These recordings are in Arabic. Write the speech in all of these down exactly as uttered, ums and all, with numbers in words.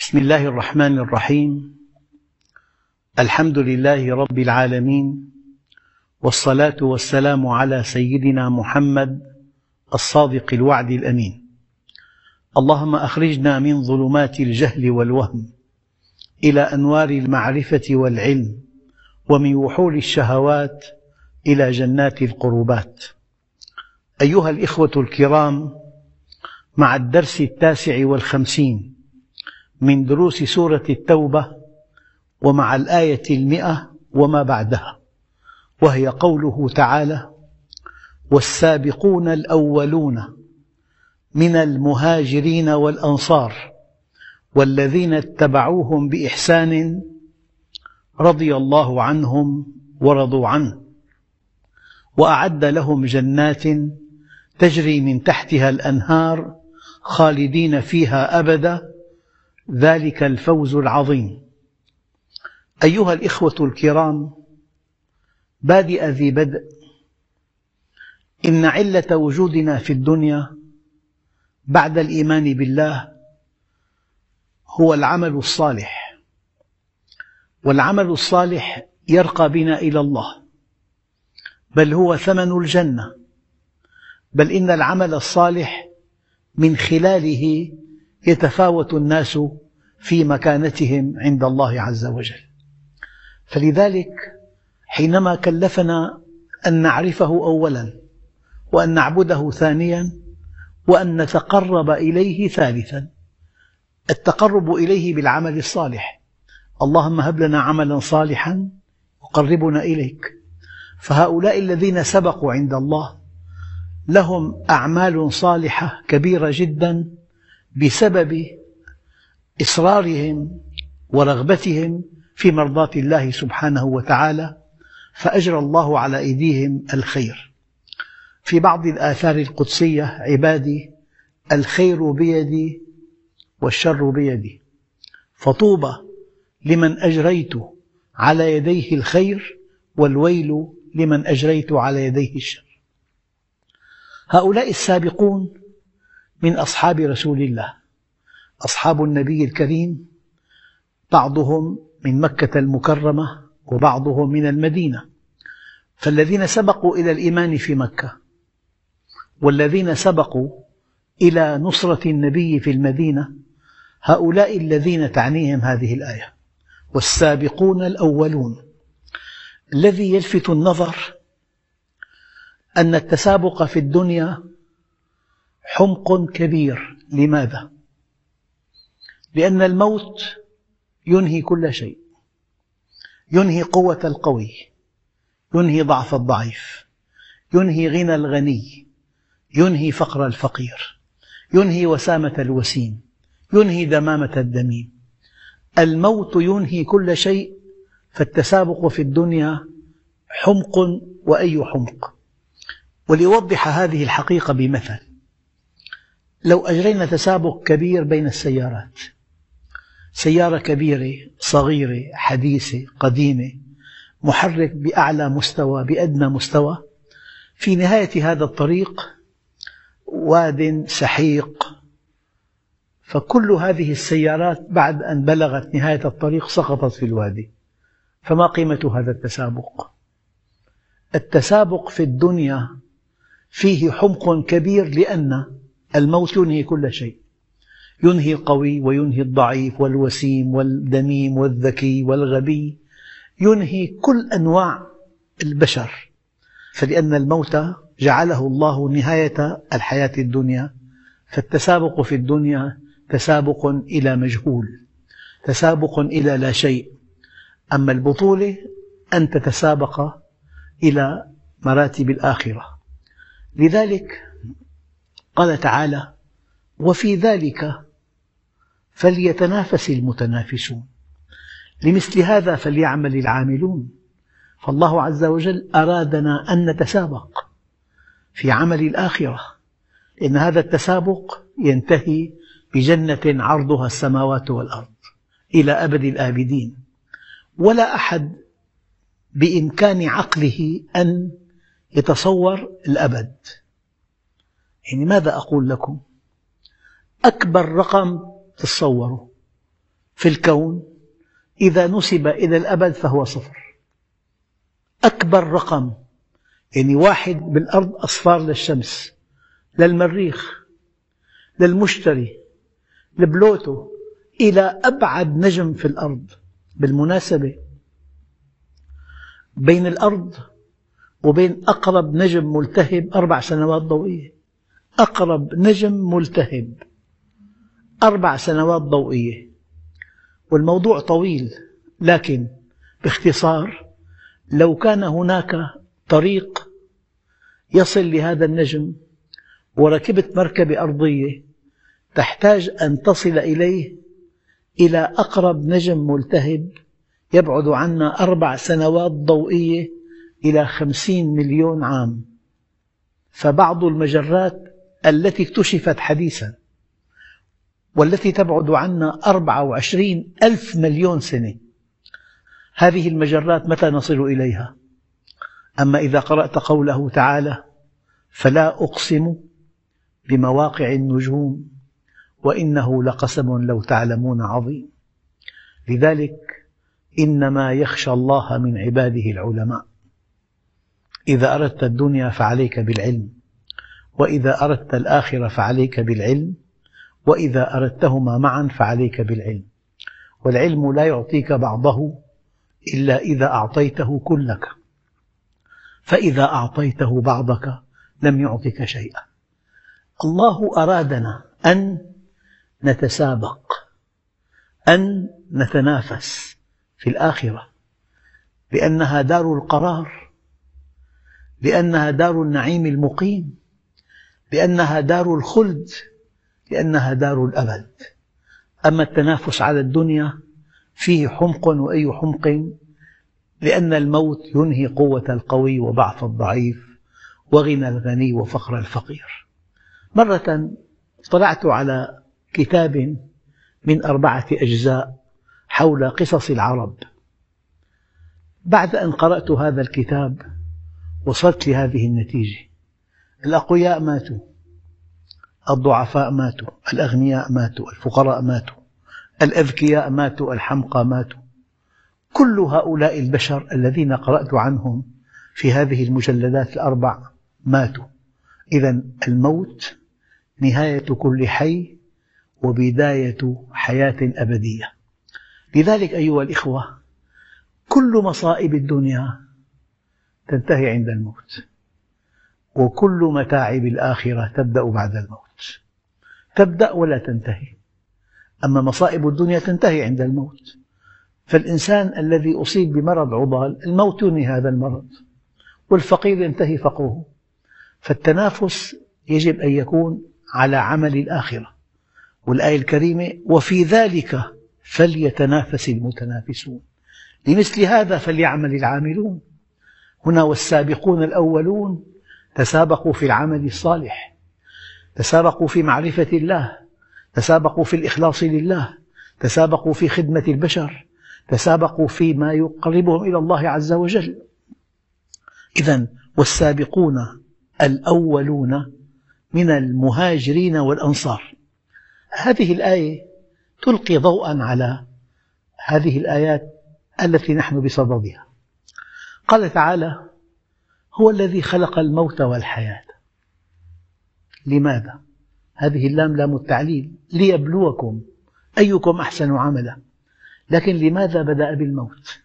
بسم الله الرحمن الرحيم. الحمد لله رب العالمين، والصلاة والسلام على سيدنا محمد الصادق الوعد الأمين. اللهم أخرجنا من ظلمات الجهل والوهم إلى أنوار المعرفة والعلم، ومن وحول الشهوات إلى جنات القربات. أيها الإخوة الكرام، مع الدرس التاسع والخمسين من دروس سورة التوبة، ومع الآية المئة وما بعدها، وهي قوله تعالى: والسابقون الأولون من المهاجرين والأنصار والذين اتبعوهم بإحسان رضي الله عنهم ورضوا عنه وأعد لهم جنات تجري من تحتها الأنهار خالدين فيها أبدا، ذلك الفوز العظيم. أيها الإخوة الكرام، بادئ ذي بدء، إن علة وجودنا في الدنيا بعد الإيمان بالله هو العمل الصالح، والعمل الصالح يرقى بنا إلى الله، بل هو ثمن الجنة، بل إن العمل الصالح من خلاله يتفاوت الناس في مكانتهم عند الله عز وجل. فلذلك حينما كلفنا أن نعرفه أولا، وأن نعبده ثانيا، وأن نتقرب إليه ثالثا، التقرب إليه بالعمل الصالح. اللهم هب لنا عملا صالحا يقربنا إليك. فهؤلاء الذين سبقوا عند الله لهم أعمال صالحة كبيرة جدا بسبب إصرارهم ورغبتهم في مرضاة الله سبحانه وتعالى، فأجرى الله على أيديهم الخير. في بعض الآثار القدسية: عبادي الخير بيدي والشر بيدي، فطوبى لمن أجريت على يديه الخير، والويل لمن أجريت على يديه الشر. هؤلاء السابقون من أصحاب رسول الله، أصحاب النبي الكريم، بعضهم من مكة المكرمة وبعضهم من المدينة. فالذين سبقوا إلى الإيمان في مكة والذين سبقوا إلى نصرة النبي في المدينة، هؤلاء الذين تعنيهم هذه الآية: والسابقون الأولون. الذي يلفت النظر أن التسابق في الدنيا حمق كبير. لماذا؟ لأن الموت ينهي كل شيء، ينهي قوة القوي، ينهي ضعف الضعيف، ينهي غنى الغني، ينهي فقر الفقير، ينهي وسامة الوسيم، ينهي دمامة الدميم. الموت ينهي كل شيء. فالتسابق في الدنيا حمق، وأي حمق. وليوضح هذه الحقيقة بمثل: لو أجرينا تسابق كبير بين السيارات، سيارة كبيرة، صغيرة، حديثة، قديمة، محرك بأعلى مستوى، بأدنى مستوى، في نهاية هذا الطريق واد سحيق، فكل هذه السيارات بعد أن بلغت نهاية الطريق سقطت في الوادي. فما قيمة هذا التسابق؟ التسابق في الدنيا فيه حمق كبير، لأن الموت ينهي كل شيء، ينهي القوي وينهي الضعيف والوسيم والدميم والذكي والغبي، ينهي كل أنواع البشر. فلأن الموت جعله الله نهاية الحياة الدنيا، فالتسابق في الدنيا تسابق إلى مجهول، تسابق إلى لا شيء. أما البطولة أن تتسابق إلى مراتب الآخرة. لذلك قال تعالى: وفي ذلك فليتنافس المتنافسون، لمثل هذا فليعمل العاملون. فالله عز وجل أرادنا أن نتسابق في عمل الآخرة، إن هذا التسابق ينتهي بجنة عرضها السماوات والأرض إلى أبد الآبدين. ولا أحد بإمكان عقله أن يتصور الأبد. يعني ماذا أقول لكم؟ أكبر رقم تتصوره في الكون إذا نسب إلى الأبد فهو صفر. أكبر رقم يعني واحد بالأرض أصفار للشمس، للمريخ، للمشتري، لبلوتو، إلى أبعد نجم في الأرض. بالمناسبة بين الأرض وبين أقرب نجم ملتهب أربع سنوات ضوئية. أقرب نجم ملتهب أربع سنوات ضوئية. والموضوع طويل، لكن باختصار لو كان هناك طريق يصل لهذا النجم وركبت مركبة أرضية تحتاج أن تصل إليه إلى أقرب نجم ملتهب يبعد عنا أربع سنوات ضوئية إلى خمسين مليون عام. فبعض المجرات التي اكتشفت حديثا والتي تبعد عنا أربعة وعشرين ألف مليون سنة، هذه المجرات متى نصل إليها؟ أما إذا قرأت قوله تعالى: فلا أقسم بمواقع النجوم وإنه لقسم لو تعلمون عظيم. لذلك إنما يخشى الله من عباده العلماء. إذا أردت الدنيا فعليك بالعلم، وإذا أردت الآخرة فعليك بالعلم، وإذا أردتهما معا فعليك بالعلم. والعلم لا يعطيك بعضه إلا إذا أعطيته كلك، فإذا أعطيته بعضك لم يعطك شيئا. الله أرادنا أن نتسابق، أن نتنافس في الآخرة، لأنها دار القرار، لأنها دار النعيم المقيم، لأنها دار الخلد، لأنها دار الأبد. أما التنافس على الدنيا فيه حمق، وأي حمق، لأن الموت ينهي قوة القوي وضعف الضعيف وغنى الغني وفقر الفقير. مرة اطلعت على كتاب من أربعة أجزاء حول قصص العرب. بعد أن قرأت هذا الكتاب وصلت لهذه النتيجة: الأقوياء ماتوا، الضعفاء ماتوا، الأغنياء ماتوا، الفقراء ماتوا، الأذكياء ماتوا، الحمقى ماتوا. كل هؤلاء البشر الذين قرأت عنهم في هذه المجلدات الأربع ماتوا. إذن الموت نهاية كل حي وبداية حياة أبدية. لذلك أيها الإخوة، كل مصائب الدنيا تنتهي عند الموت، وكل متاعب الآخرة تبدأ بعد الموت. تبدأ ولا تنتهي. أما مصائب الدنيا تنتهي عند الموت. فالإنسان الذي أصيب بمرض عضال الموت ينهي هذا المرض، والفقير ينتهي فقره. فالتنافس يجب أن يكون على عمل الآخرة. والآية الكريمة: وفي ذلك فليتنافس المتنافسون. لمثل هذا فليعمل العاملون. هنا والسابقون الأولون تسابقوا في العمل الصالح، تسابقوا في معرفة الله، تسابقوا في الإخلاص لله، تسابقوا في خدمة البشر، تسابقوا فيما يقربهم إلى الله عز وجل. إذن والسابقون الأولون من المهاجرين والأنصار. هذه الآية تلقي ضوءا على هذه الآيات التي نحن بصددها. قال تعالى: هو الذي خلق الموت والحياة. لماذا؟ هذه اللام لام التعليل، ليبلوكم أيكم أحسن عملا. لكن لماذا بدأ بالموت؟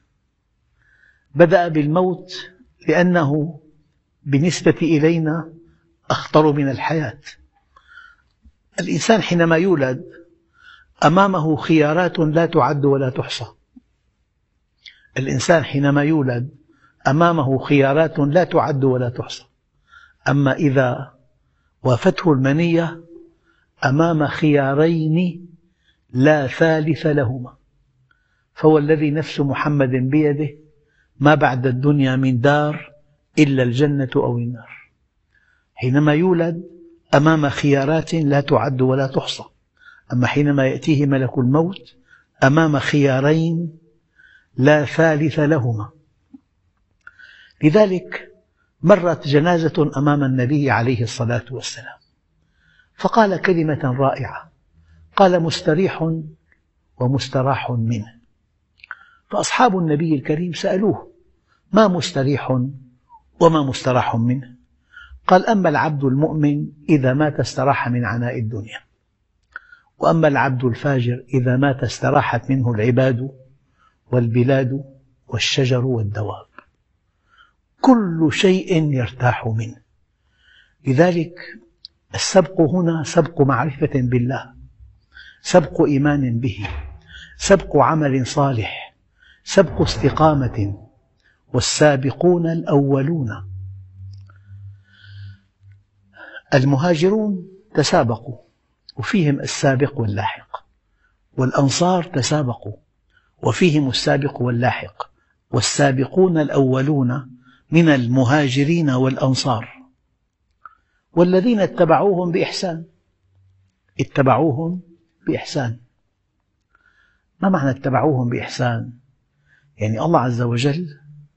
بدأ بالموت لأنه بالنسبة إلينا أخطر من الحياة. الإنسان حينما يولد أمامه خيارات لا تعد ولا تحصى. الإنسان حينما يولد أمامه خيارات لا تعد ولا تحصى. أما إذا وافته المنية أمام خيارين لا ثالث لهما. فهو الذي نفس محمد بيده: ما بعد الدنيا من دار إلا الجنة أو النار. حينما يولد أمام خيارات لا تعد ولا تحصى. أما حينما يأتيه ملك الموت أمام خيارين لا ثالث لهما. لذلك مرت جنازة أمام النبي عليه الصلاة والسلام، فقال كلمة رائعة. قال: مستريح ومستراح منه. فأصحاب النبي الكريم سألوه: ما مستريح وما مستراح منه؟ قال: أما العبد المؤمن إذا مات استراح من عناء الدنيا، وأما العبد الفاجر إذا مات استراحت منه العباد والبلاد والشجر والدواب، كل شيء يرتاح منه. لذلك السبق هنا سبق معرفة بالله، سبق إيمان به، سبق عمل صالح، سبق استقامة. والسابقون الأولون، المهاجرون تسابقوا وفيهم السابق واللاحق، والأنصار تسابقوا وفيهم السابق واللاحق، والسابقون الأولون من المهاجرين والأنصار والذين اتبعوهم بإحسان. اتبعوهم بإحسان. ما معنى اتبعوهم بإحسان؟ يعني الله عز وجل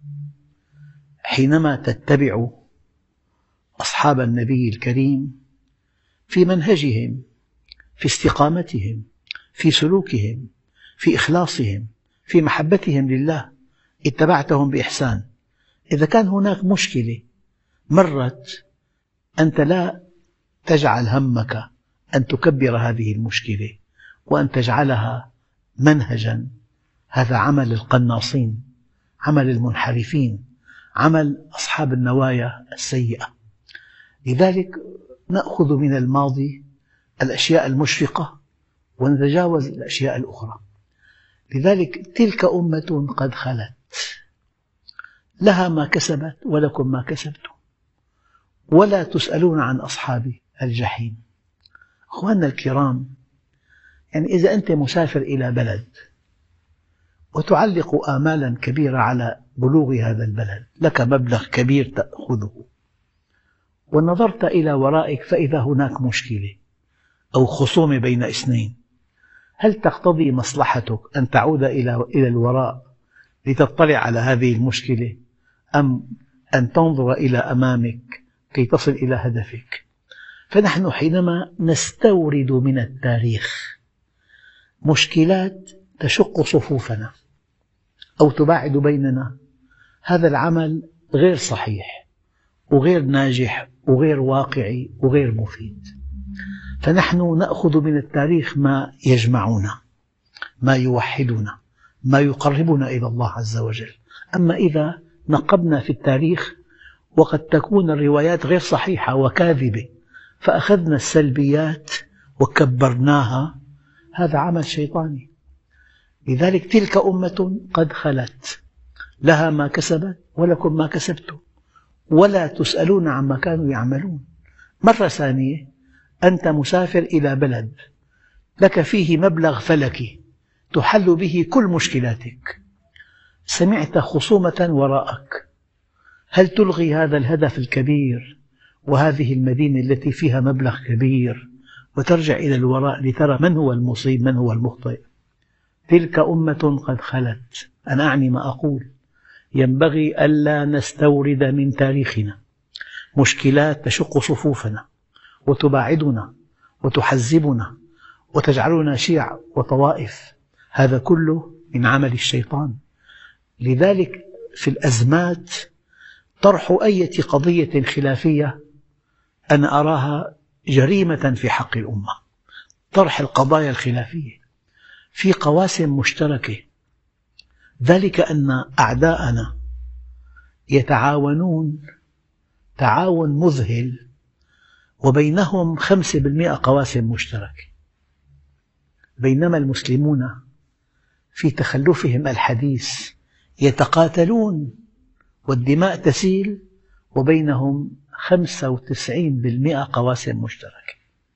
حينما تتبع أصحاب النبي الكريم في منهجهم، في استقامتهم، في سلوكهم، في إخلاصهم، في محبتهم لله، اتبعتهم بإحسان. إذا كان هناك مشكلة مرت، أنت لا تجعل همك أن تكبر هذه المشكلة وأن تجعلها منهجا. هذا عمل القناصين، عمل المنحرفين، عمل أصحاب النوايا السيئة. لذلك نأخذ من الماضي الأشياء المشرقة ونتجاوز الأشياء الأخرى. لذلك تلك أمة قد خلت، لها ما كسبت ولكم ما كسبتم ولا تسألون عن أصحاب الجحيم. أخواننا الكرام، يعني إذا أنت مسافر إلى بلد وتعلق آمالا كبيرة على بلوغ هذا البلد، لك مبلغ كبير تأخذه، ونظرت إلى ورائك فإذا هناك مشكلة أو خصومة بين اثنين، هل تقتضي مصلحتك أن تعود إلى الوراء لتطلع على هذه المشكلة، أم أن تنظر إلى أمامك كي تصل إلى هدفك؟ فنحن حينما نستورد من التاريخ مشكلات تشق صفوفنا أو تباعد بيننا، هذا العمل غير صحيح وغير ناجح وغير واقعي وغير مفيد. فنحن نأخذ من التاريخ ما يجمعنا، ما يوحدنا، ما يقربنا إلى الله عز وجل. أما إذا نقبنا في التاريخ وقد تكون الروايات غير صحيحة وكاذبة فأخذنا السلبيات وكبرناها، هذا عمل شيطاني. لذلك تلك أمة قد خلت، لها ما كسبت ولكم ما كسبتم ولا تسألون عما كانوا يعملون. مرة ثانية، أنت مسافر إلى بلد لك فيه مبلغ فلكي تحل به كل مشكلاتك، سمعت خصومة وراءك، هل تلغي هذا الهدف الكبير وهذه المدينة التي فيها مبلغ كبير وترجع إلى الوراء لترى من هو المصيب من هو المخطئ؟ تلك أمة قد خلت. أنا أعني ما أقول، ينبغي ألا نستورد من تاريخنا مشكلات تشق صفوفنا وتباعدنا وتحزبنا وتجعلنا شيع وطوائف، هذا كله من عمل الشيطان. لذلك في الأزمات طرح أي قضية خلافية أنا أراها جريمة في حق الأمة. طرح القضايا الخلافية في قواسم مشتركة، ذلك أن أعداءنا يتعاونون تعاون مذهل وبينهم خمسة بالمئة قواسم مشتركة، بينما المسلمون في تخلفهم الحديث يتقاتلون والدماء تسيل وبينهم خمسة وتسعين بالمئة قواسم مشتركة.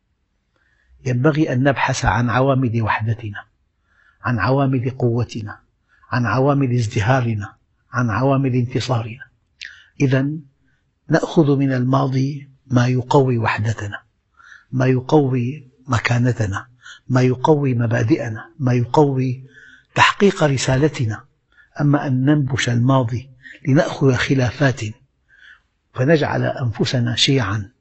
ينبغي أن نبحث عن عوامل وحدتنا، عن عوامل قوتنا، عن عوامل ازدهارنا، عن عوامل انتصارنا. إذن نأخذ من الماضي ما يقوي وحدتنا، ما يقوي مكانتنا، ما يقوي مبادئنا، ما يقوي تحقيق رسالتنا. أما أن ننبش الماضي لنأخذ خلافات فنجعل أنفسنا شيعا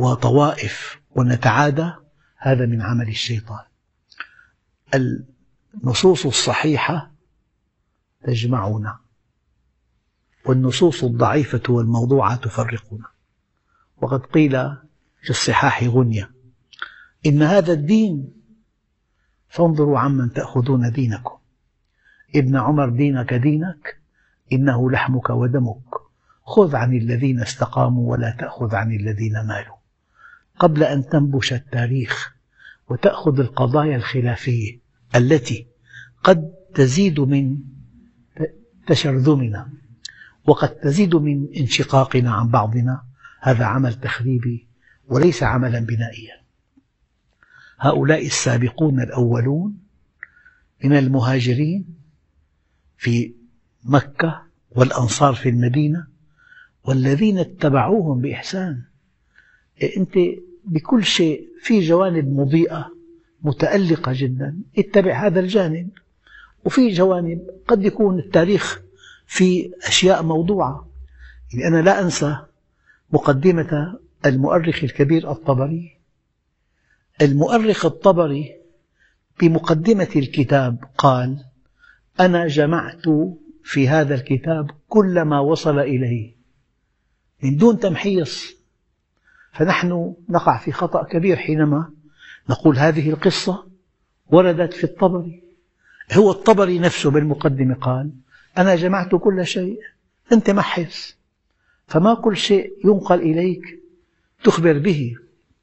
وطوائف ونتعادى، هذا من عمل الشيطان. النصوص الصحيحة تجمعنا، والنصوص الضعيفة والموضوعة تفرقنا. وقد قيل في الصحاح غنية: إن هذا الدين فانظروا عمن تأخذون دينكم، ابن عمر دينك دينك إنه لحمك ودمك، خذ عن الذين استقاموا ولا تأخذ عن الذين مالوا. قبل أن تنبش التاريخ وتأخذ القضايا الخلافية التي قد تزيد من تشرذمنا وقد تزيد من انشقاقنا عن بعضنا، هذا عمل تخريبي وليس عملا بنائيا. هؤلاء السابقون الأولون من المهاجرين في مكة والأنصار في المدينة والذين اتبعوهم بإحسان. أنت بكل شيء في جوانب مضيئة متألقة جدا، اتبع هذا الجانب، وفي جوانب قد يكون التاريخ في أشياء موضوعة. يعني أنا لا أنسى مقدمة المؤرخ الكبير الطبري. المؤرخ الطبري بمقدمة الكتاب قال: أنا جمعت في هذا الكتاب كل ما وصل إليه من دون تمحيص. فنحن نقع في خطأ كبير حينما نقول هذه القصة وردت في الطبري. هو الطبري نفسه بالمقدمة قال: أنا جمعت كل شيء، أنت محص، فما كل شيء ينقل إليك تخبر به.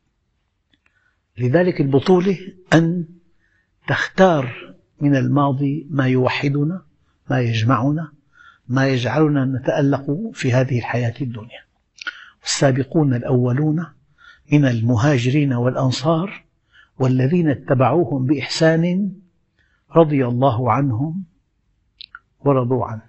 لذلك البطولة أن تختار من الماضي ما يوحدنا، ما يجمعنا، ما يجعلنا نتألق في هذه الحياة الدنيا. السابقون الأولون من المهاجرين والأنصار والذين اتبعوهم بإحسان رضي الله عنهم ورضوا عنه.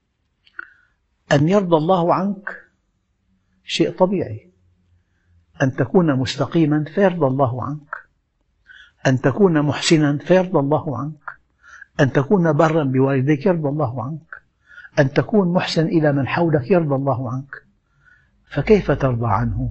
أن يرضى الله عنك شيء طبيعي، أن تكون مستقيما فيرضى الله عنك، أن تكون محسنا فيرضى الله عنك، أن تكون برا بوالديك يرضى الله عنك، أن تكون محسن إلى من حولك يرضى الله عنك. فكيف ترضى عنه؟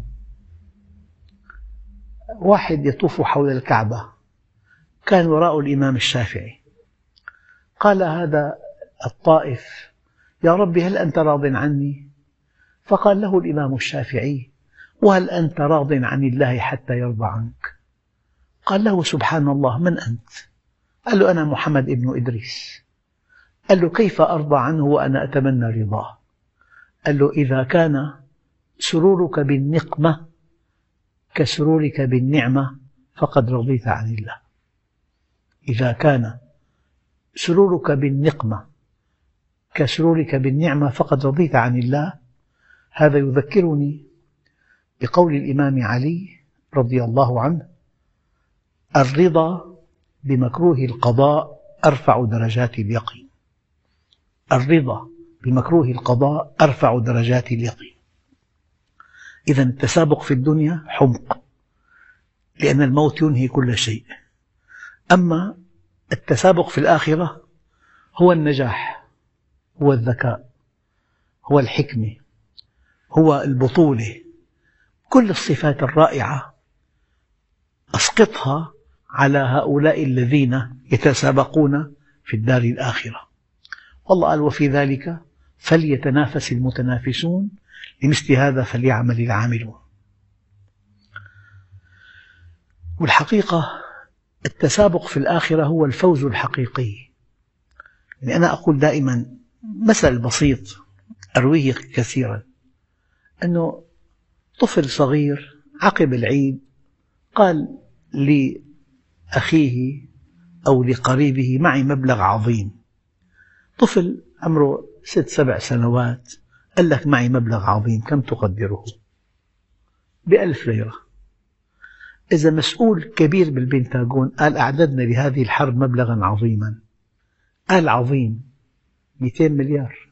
واحد يطوف حول الكعبة، كان وراء الإمام الشافعي، قال هذا الطائف: يا رب هل أنت راض عني؟ فقال له الإمام الشافعي: وهل أنت راض عن الله حتى يرضى عنك؟ قال له: سبحان الله، من أنت؟ قال له: أنا محمد ابن إدريس. قال له: كيف أرضى عنه وأنا أتمنى رضاه؟ قال له: إذا كان سرورك بالنقمة كسرورك بالنعمة فقد رضيت عن الله. إذا كان سرورك بالنقمة كسرورك بالنعمة فقد رضيت عن الله. هذا يذكرني بقول الإمام علي رضي الله عنه: الرضا بمكروه القضاء أرفع درجات اليقين. الرضا بمكروه القضاء أرفع درجات اليقين. إذا التسابق في الدنيا حمق، لأن الموت ينهي كل شيء. أما التسابق في الآخرة هو النجاح، هو الذكاء، هو الحكمة، هو البطولة. كل الصفات الرائعة أسقطها على هؤلاء الذين يتسابقون في الدار الآخرة. والله قال: وفي ذلك فليتنافس المتنافسون لمثل هذا فليعمل العاملون. والحقيقة التسابق في الآخرة هو الفوز الحقيقي. يعني أنا أقول دائما مثل بسيط أرويه كثيرا، أنه طفل صغير عقب العيد قال لأخيه أو لقريبه: معي مبلغ عظيم. طفل عمره ست سبع سنوات قال لك: معي مبلغ عظيم، كم تقدره؟ بألف ليرة. إذا مسؤول كبير بالبنتاغون قال: أعددنا لهذه الحرب مبلغا عظيما، قال عظيم مئتين مليار.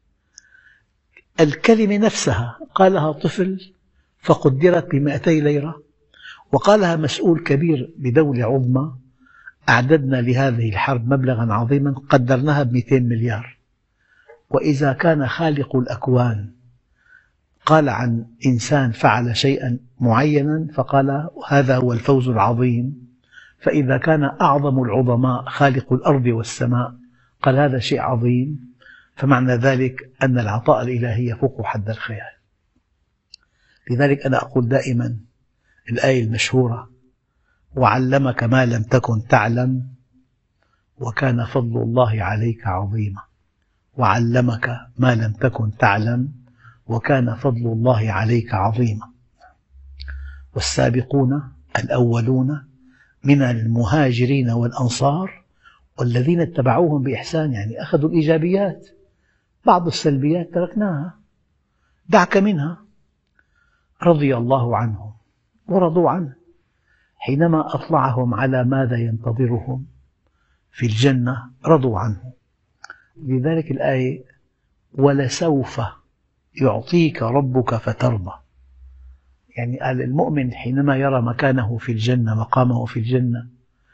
الكلمة نفسها قالها طفل فقدرت بمئتي ليرة، وقالها مسؤول كبير بدولة عظمى: أعددنا لهذه الحرب مبلغا عظيما قدرناها بمئتين مليار. وإذا كان خالق الأكوان قال عن إنسان فعل شيئا معينا فقال: هذا هو الفوز العظيم، فإذا كان أعظم العظماء خالق الأرض والسماء قال هذا شيء عظيم، فمعنى ذلك أن العطاء الإلهي يفوق حد الخيال. لذلك أنا أقول دائما الآية المشهورة: وعلمك ما لم تكن تعلم وكان فضل الله عليك عظيما. وعلمك ما لم تكن تعلم وكان فضل الله عليك عظيما. والسابقون الأولون من المهاجرين والأنصار والذين اتبعوهم بإحسان، يعني أخذوا الإيجابيات، بعض السلبيات تركناها، دعك منها. رضي الله عنهم ورضوا عنه، حينما أطلعهم على ماذا ينتظرهم في الجنة رضوا عنه. لذلك الآية: ولسوف يعطيك ربك فترضى. يعني قال المؤمن حينما يرى مكانه في الجنة، مقامه في الجنة،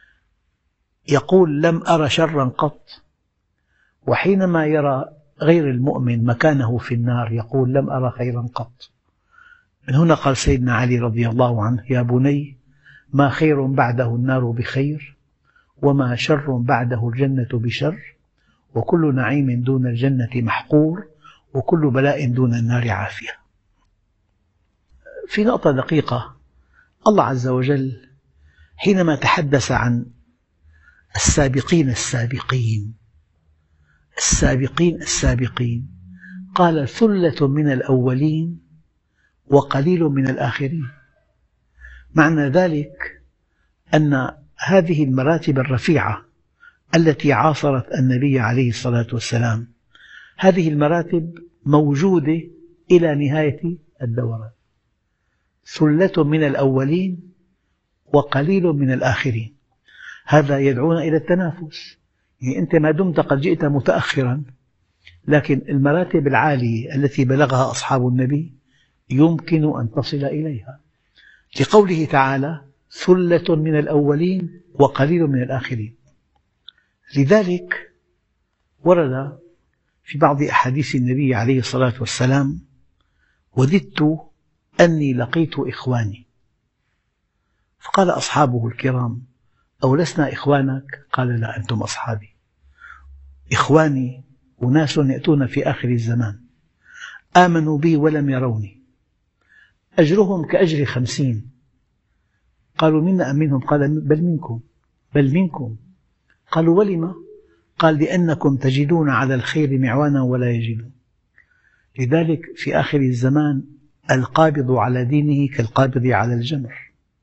يقول لم أر شرا قط، وحينما يرى غير المؤمن مكانه في النار يقول لم أر خيرا قط. من هنا قال سيدنا علي رضي الله عنه: يا بني، ما خير بعده النار بخير، وما شر بعده الجنة بشر، وكل نعيم دون الجنة محقور، وكل بلاء دون النار عافية. في نقطة دقيقة: الله عز وجل حينما تحدث عن السابقين السابقين السابقين السابقين قال ثلة من الأولين وقليل من الآخرين. معنى ذلك أن هذه المراتب الرفيعة التي عاصرت النبي عليه الصلاة والسلام، هذه المراتب موجودة إلى نهاية الدوران. ثلة من الأولين وقليل من الآخرين، هذا يدعونا إلى التنافس. يعني أنت ما دمت قد جئت متأخرا، لكن المراتب العالية التي بلغها أصحاب النبي يمكن أن تصل إليها، لقوله تعالى: ثلة من الأولين وقليل من الآخرين. لذلك ورد في بعض أحاديث النبي عليه الصلاة والسلام: وددت أني لقيت إخواني. فقال أصحابه الكرام: أو لسنا إخوانك؟ قال: لا، أنتم أصحابي. إخواني أناس يأتون في آخر الزمان آمنوا بي ولم يروني، أجرهم كأجر خمسين. قالوا: منا أم منهم؟ قال: بل منكم بل منكم. قالوا: ولم؟ قال: لأنكم تجدون على الخير معوانا ولا يجدون. لذلك في آخر الزمان القابض على دينه كالقابض على الجمر.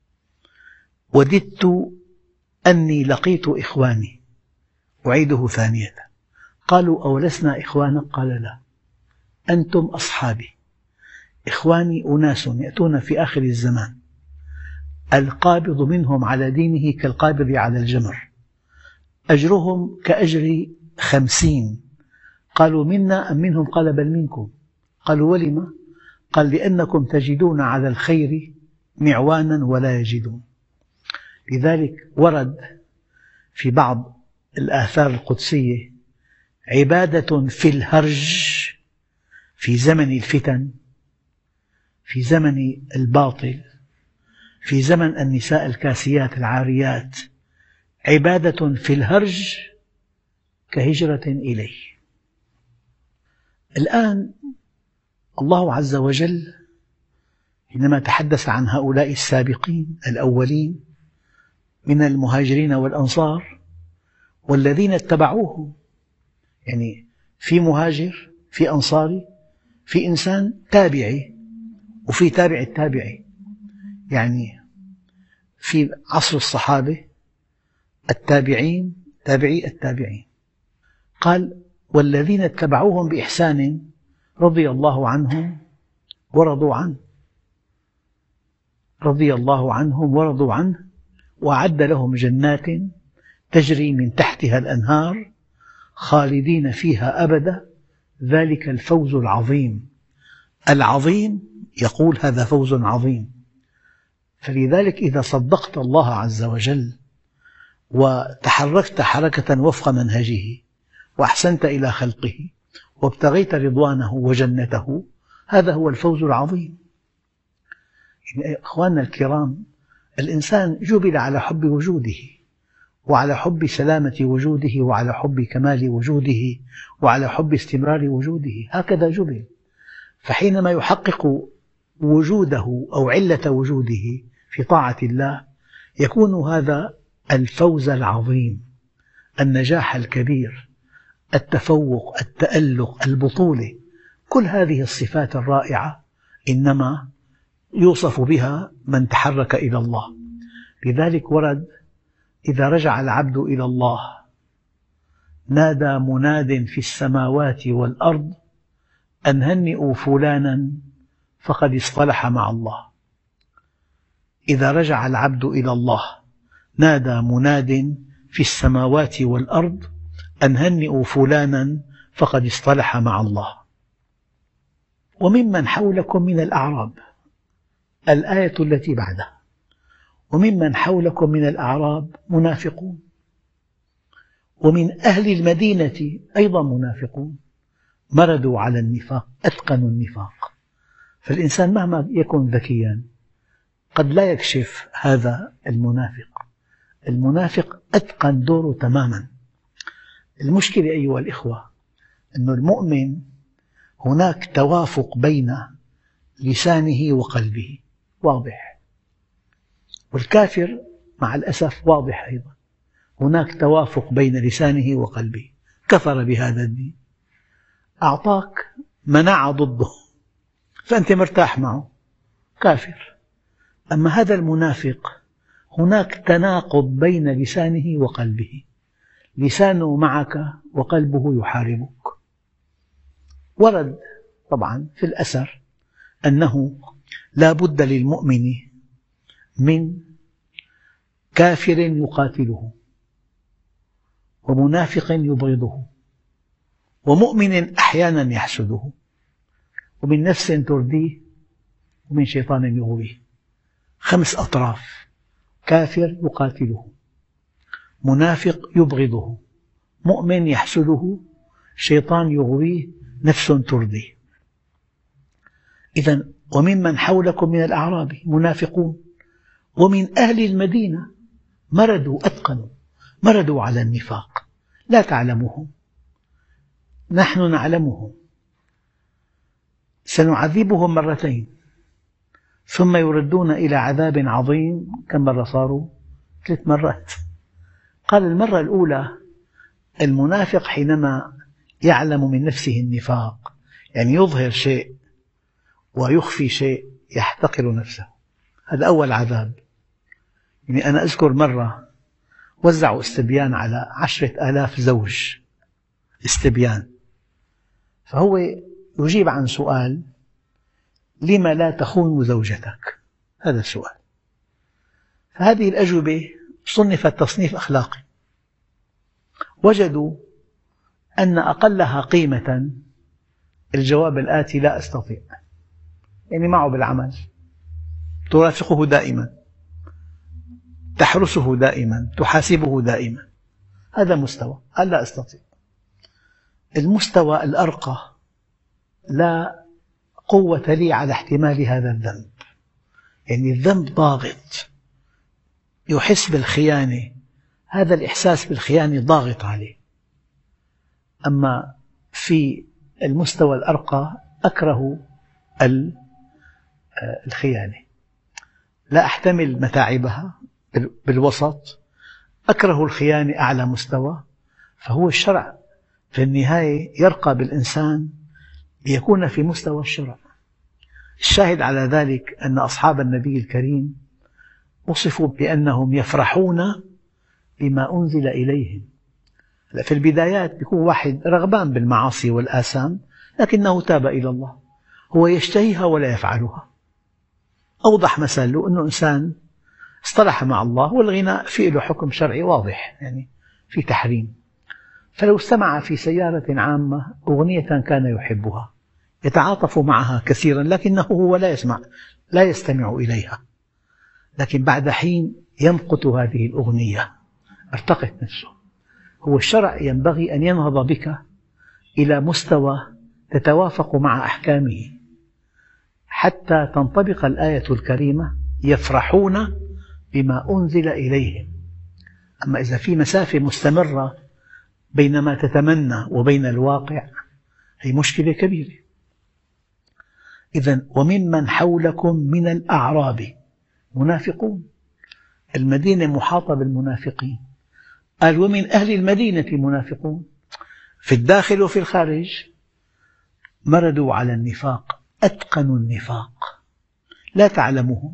وددت أني لقيت إخواني، أعيده ثانية. قالوا: أو لسنا إخوانك؟ قال: لا، أنتم أصحابي. إخواني أناس يأتون في آخر الزمان القابض منهم على دينه كالقابض على الجمر، أجرهم كأجر خمسين. قالوا: منا أم منهم؟ قال: بل منكم. قالوا: ولم؟ قال: لأنكم تجدون على الخير معوانا ولا يجدون. لذلك ورد في بعض الآثار القدسية: عبادة في الهرج في زمن الفتن، في زمن الباطل، في زمن النساء الكاسيات العاريات، عبادة في الهرج كهجرة إليه. الآن الله عز وجل حينما تحدث عن هؤلاء السابقين الأولين من المهاجرين والأنصار والذين اتبعوهم، يعني في مهاجر، في أنصاري، في إنسان تابعي، وفي تابع التابعي. يعني في عصر الصحابة التابعين تابعي التابعين. قال: والذين اتبعوهم بإحسان رضي الله عنهم ورضوا عنه. رضي الله عنهم ورضوا عنه وأعد لهم جنات تجري من تحتها الأنهار خالدين فيها أبدا، ذلك الفوز العظيم. العظيم يقول هذا فوز عظيم. فلذلك إذا صدقت الله عز وجل وتحركت حركة وفق منهجه وأحسنت إلى خلقه وابتغيت رضوانه وجنته، هذا هو الفوز العظيم. يعني أخواننا الكرام، الإنسان جبل على حب وجوده، وعلى حب سلامة وجوده وعلى حب كمال وجوده وعلى حب استمرار وجوده، هكذا جبل. فحينما يحقق وجوده أو علة وجوده في طاعة الله يكون هذا الفوز العظيم، النجاح الكبير، التفوق، التألق، البطولة. كل هذه الصفات الرائعة إنما يوصف بها من تحرك إلى الله. لذلك ورد: إذا رجع العبد إلى الله نادى مناد في السماوات والأرض أن هنئوا فلانا فقد اصطلح مع الله. إذا رجع العبد إلى الله نادى مناد في السماوات والأرض أن هنئوا فلانا فقد اصطلح مع الله. وممن حولكم من الأعراب، الآية التي بعدها: وممن حولكم من الأعراب منافقون ومن أهل المدينة أيضا منافقون مردوا على النفاق أتقنوا النفاق. فالإنسان مهما يكن ذكيا قد لا يكشف هذا المنافق. المنافق أتقن دوره تماما. المشكلة أيها الإخوة أن المؤمن هناك توافق بين لسانه وقلبه واضح، والكافر مع الأسف واضح أيضا، هناك توافق بين لسانه وقلبه. كفر بهذا الدين، أعطاك مناعة ضده فأنت مرتاح معه، كافر. أما هذا المنافق هناك تناقض بين لسانه وقلبه، لسانه معك وقلبه يحاربك. ورد طبعا في الأثر أنه لا بد للمؤمن من كافر يقاتله ومنافق يبغضه ومؤمن أحيانا يحسده ومن نفس ترديه ومن شيطان يغويه. خمس أطراف: كافر يقاتله، منافق يبغضه، مؤمن يحسده، شيطان يغويه، نفس ترديه. إذن وممن حولكم من الأعراب منافقون ومن أهل المدينة مردوا أتقنوا مردوا على النفاق لا تعلمهم نحن نعلمهم سنعذبهم مرتين ثم يردون إلى عذاب عظيم. كم مرة صاروا؟ ثلاث مرات. قال المرة الأولى المنافق حينما يعلم من نفسه النفاق، يعني يظهر شيء ويخفي شيء، يحتقر نفسه، هذا أول عذاب. يعني أنا أذكر مرة وزعوا استبيان على عشرة آلاف زوج، استبيان، فهو يجيب عن سؤال: لم لا تخون زوجتك؟ هذا السؤال. فهذه الأجوبة صنفت تصنيف أخلاقي، وجدوا أن أقلها قيمة الجواب الآتي: لا أستطيع. يعني معه بالعمل، ترافقه دائما، تحرسه دائما، تحاسبه دائما، هذا مستوى. قال لا أستطيع. المستوى الأرقى: لا قوة لي على احتمال هذا الذنب. يعني الذنب ضاغط، يحس بالخيانة، هذا الإحساس بالخيانة ضاغط عليه. أما في المستوى الأرقى: أكره الخيانة، لا أحتمل متاعبها، بالوسط، أكره الخيانة أعلى مستوى. فهو الشرع في النهاية يرقى بالإنسان ليكون في مستوى الشرع. الشاهد على ذلك أن أصحاب النبي الكريم وصفوا بأنهم يفرحون بما أنزل إليهم. في البدايات يكون واحد رغبان بالمعاصي والآثام لكنه تاب إلى الله، هو يشتهيها ولا يفعلها. أوضح مثال له أنه إنسان اصطلح مع الله، والغناء فيه له حكم شرعي واضح، يعني في تحريم، فلو استمع في سيارة عامة أغنية كان يحبها يتعاطف معها كثيرا لكنه هو لا يسمع لا يستمع إليها، لكن بعد حين يمقت هذه الأغنية ارتقت نفسه. هو الشرع ينبغي أن ينهض بك إلى مستوى تتوافق مع أحكامه حتى تنطبق الآية الكريمة: يفرحون بما أنزل إليهم. أما إذا في مسافة مستمرة بين ما تتمنى وبين الواقع هي مشكلة كبيرة. إذن وممن حولكم من الأعراب منافقون، المدينة محاطة بالمنافقين، قال ومن أهل المدينة منافقون، في الداخل وفي الخارج، مردوا على النفاق، أتقنوا النفاق، لا تعلمهم،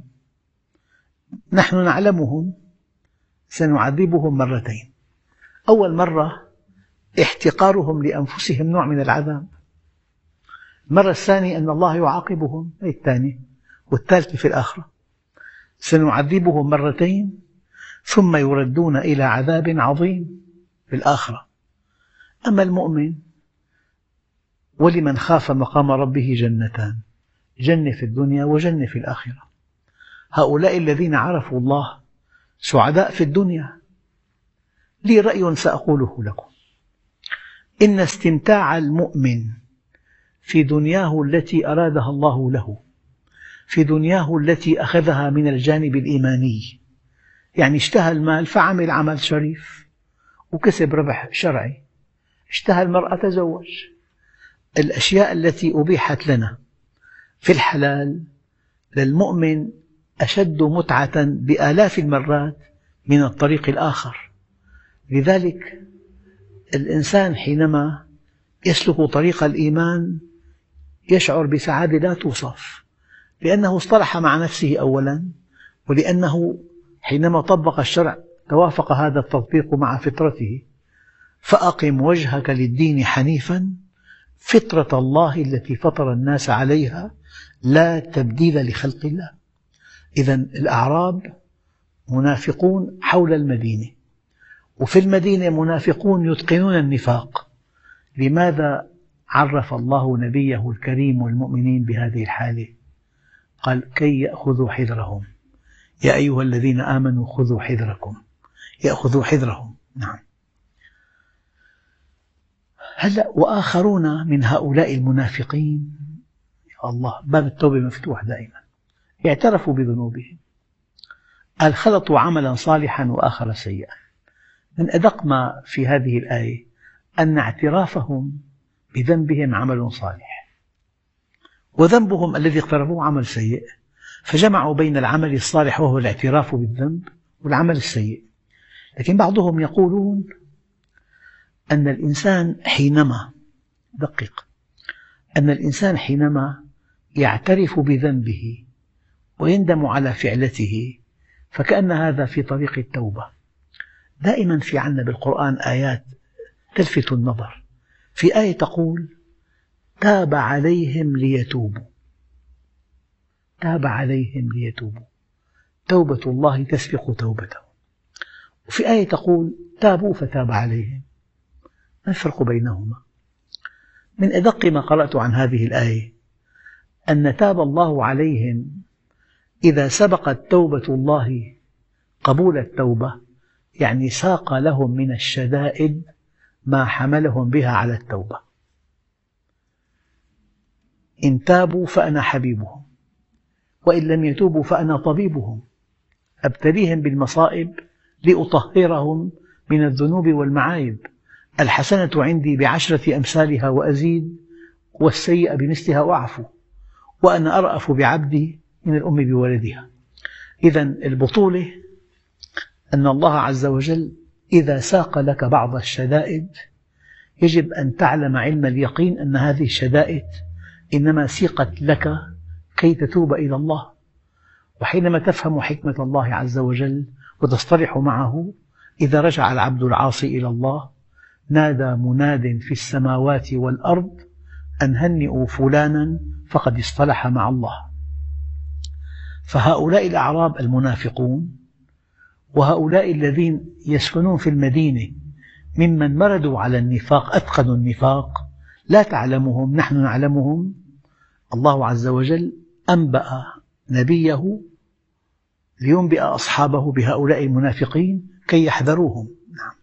نحن نعلمهم، سنعذبهم مرتين. أول مرة احتقارهم لأنفسهم نوع من العذاب، المرة الثانية أن الله يعاقبهم، هي الثانية، والثالثة في الآخرة، سنعذبهم مرتين ثم يردون إلى عذاب عظيم في الآخرة. أما المؤمن ولمن خاف مقام ربه جنتان، جنة في الدنيا وجنة في الآخرة. هؤلاء الذين عرفوا الله سعداء في الدنيا. لي رأي سأقوله لكم، إن استمتاع المؤمن في دنياه التي أرادها الله له، في دنياه التي أخذها من الجانب الإيماني، يعني اشتهى المال فعمل عمل شريف وكسب ربح شرعي، اشتهى المرأة تزوج، الأشياء التي أبيحت لنا في الحلال للمؤمن أشد متعة بآلاف المرات من الطريق الآخر. لذلك الإنسان حينما يسلك طريق الإيمان يشعر بسعادة لا توصف، لأنه اصطلح مع نفسه أولا، ولأنه حينما طبق الشرع توافق هذا التطبيق مع فطرته. فأقم وجهك للدين حنيفا فطرة الله التي فطر الناس عليها لا تبديل لخلق الله. إذن الأعراب منافقون حول المدينة، وفي المدينة منافقون يتقنون النفاق. لماذا عرف الله نبيه الكريم والمؤمنين بهذه الحالة؟ قال كي يأخذوا حذرهم، يا أيها الذين آمنوا خذوا حذركم، يأخذوا حذرهم. نعم. هلأ وآخرون من هؤلاء المنافقين، يا الله باب التوبة مفتوح دائما، اعترفوا بذنوبهم، قال خلطوا عملا صالحا وآخر سيئا. من أدق ما في هذه الآية أن اعترافهم بذنبهم عمل صالح، وذنبهم الذي اقترفوه عمل سيء، فجمعوا بين العمل الصالح وهو الاعتراف بالذنب والعمل السيء. لكن بعضهم يقولون أن الإنسان حينما دقق أن الإنسان حينما يعترف بذنبه ويندم على فعلته فكأن هذا في طريق التوبة. دائما في عنا بالقرآن آيات تلفت النظر. في آية تقول تاب عليهم ليتوبوا، تاب عليهم ليتوبوا، توبة الله تسبق توبته. وفي آية تقول تابوا فتاب عليهم. ما الفرق بينهما؟ من أدق ما قرأت عن هذه الآية أن تاب الله عليهم إذا سبقت توبة الله قبول التوبة، يعني ساق لهم من الشدائد ما حملهم بها على التوبة. إن تابوا فأنا حبيبهم، وإن لم يتوبوا فأنا طبيبهم، أبتليهم بالمصائب لأطهرهم من الذنوب والمعايب. الحسنة عندي بعشرة أمثالها وأزيد، والسيئة بمثلها وأعفو، وأنا أرأف بعبدي من الأم بولدها. إذن البطولة أن الله عز وجل إذا ساق لك بعض الشدائد يجب أن تعلم علم اليقين أن هذه الشدائد إنما سيقت لك كي تتوب إلى الله. وحينما تفهم حكمة الله عز وجل وتصطلح معه، إذا رجع العبد العاصي إلى الله نادى مناد في السماوات والأرض أن هنئوا فلانا فقد اصطلح مع الله. فهؤلاء الأعراب المنافقون وهؤلاء الذين يسكنون في المدينة ممن مردوا على النفاق، أتقنوا النفاق، لا تعلمهم نحن نعلمهم. الله عز وجل أنبأ نبيه لينبئ أصحابه بهؤلاء المنافقين كي يحذروهم. نعم.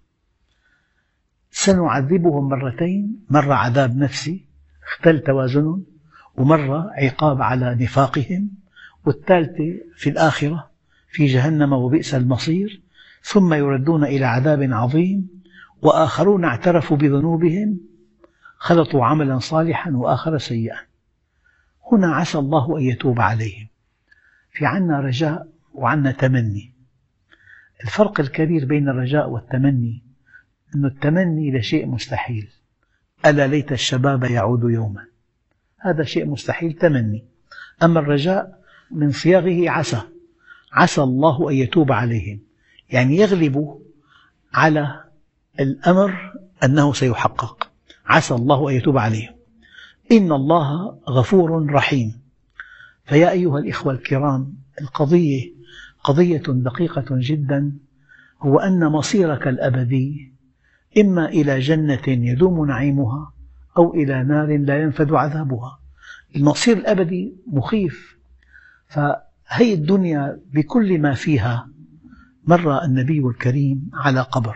سنعذبهم مرتين، مرة عذاب نفسي اختل توازنهم، ومرة عقاب على نفاقهم، والثالثة في الآخرة في جهنم وبئس المصير. ثم يردون إلى عذاب عظيم وآخرون اعترفوا بذنوبهم خلطوا عملا صالحا وآخر سيئا. هنا عسى الله أن يتوب عليهم. في عنا رجاء وعنا تمني. الفرق الكبير بين الرجاء والتمني أن التمني لشيء مستحيل، ألا ليت الشباب يعود يوما، هذا شيء مستحيل تمني. أما الرجاء من صياغه عسى، عسى الله أن يتوب عليهم، يعني يغلب على الأمر أنه سيحقق. عسى الله أن يتوب عليهم. إن الله غفور رحيم. فيا أيها الإخوة الكرام، القضية قضية دقيقة جدا، هو أن مصيرك الأبدي إما إلى جنة يدوم نعيمها أو إلى نار لا ينفد عذابها. المصير الأبدي مخيف. فهي الدنيا بكل ما فيها. مر النبي الكريم على قبر،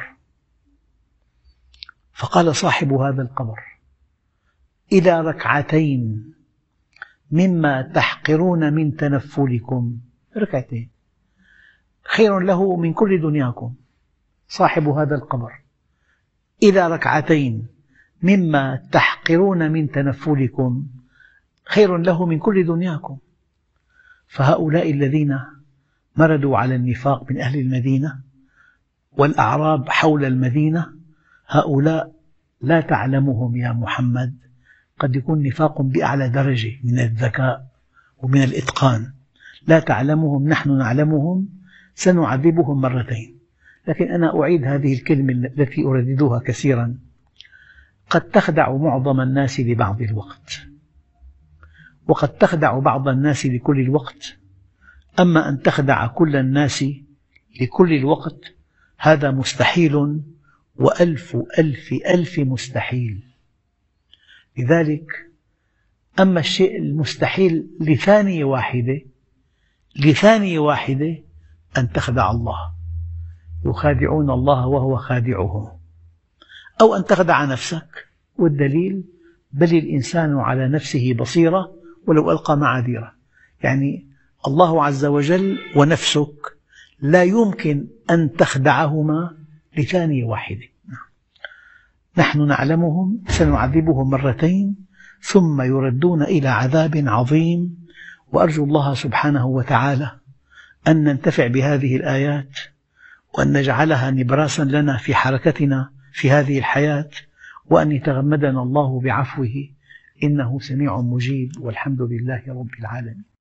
فقال صاحب هذا القبر: إلى ركعتين مما تحقرون من تنفلكم، ركعتين خير له من كل دنياكم. صاحب هذا القبر: إلى ركعتين مما تحقرون من تنفلكم خير له من كل دنياكم. فهؤلاء الذين مردوا على النفاق من أهل المدينة والأعراب حول المدينة، هؤلاء لا تعلمهم يا محمد، قد يكون نفاق بأعلى درجة من الذكاء ومن الإتقان، لا تعلمهم، نحن نعلمهم، سنعذبهم مرتين. لكن أنا أعيد هذه الكلمة التي أرددها كثيرا: قد تخدع معظم الناس لبعض الوقت، وقد تخدع بعض الناس لكل الوقت. أما أن تخدع كل الناس لكل الوقت هذا مستحيل، وألف ألف ألف مستحيل. لذلك أما الشيء المستحيل لثانية واحدة، لثانية واحدة أن تخدع الله، يخادعون الله وهو خادعهم، أو أن تخدع نفسك. والدليل: بل الإنسان على نفسه بصيرة ولو ألقى معاذيره. يعني الله عز وجل ونفسك لا يمكن أن تخدعهما لثانية واحدة. نحن نعلمهم، سنعذبهم مرتين ثم يردون إلى عذاب عظيم. وأرجو الله سبحانه وتعالى أن ننتفع بهذه الآيات، وأن نجعلها نبراسا لنا في حركتنا في هذه الحياة، وأن يتغمدنا الله بعفوه، إنه سميع مجيب، والحمد لله رب العالمين.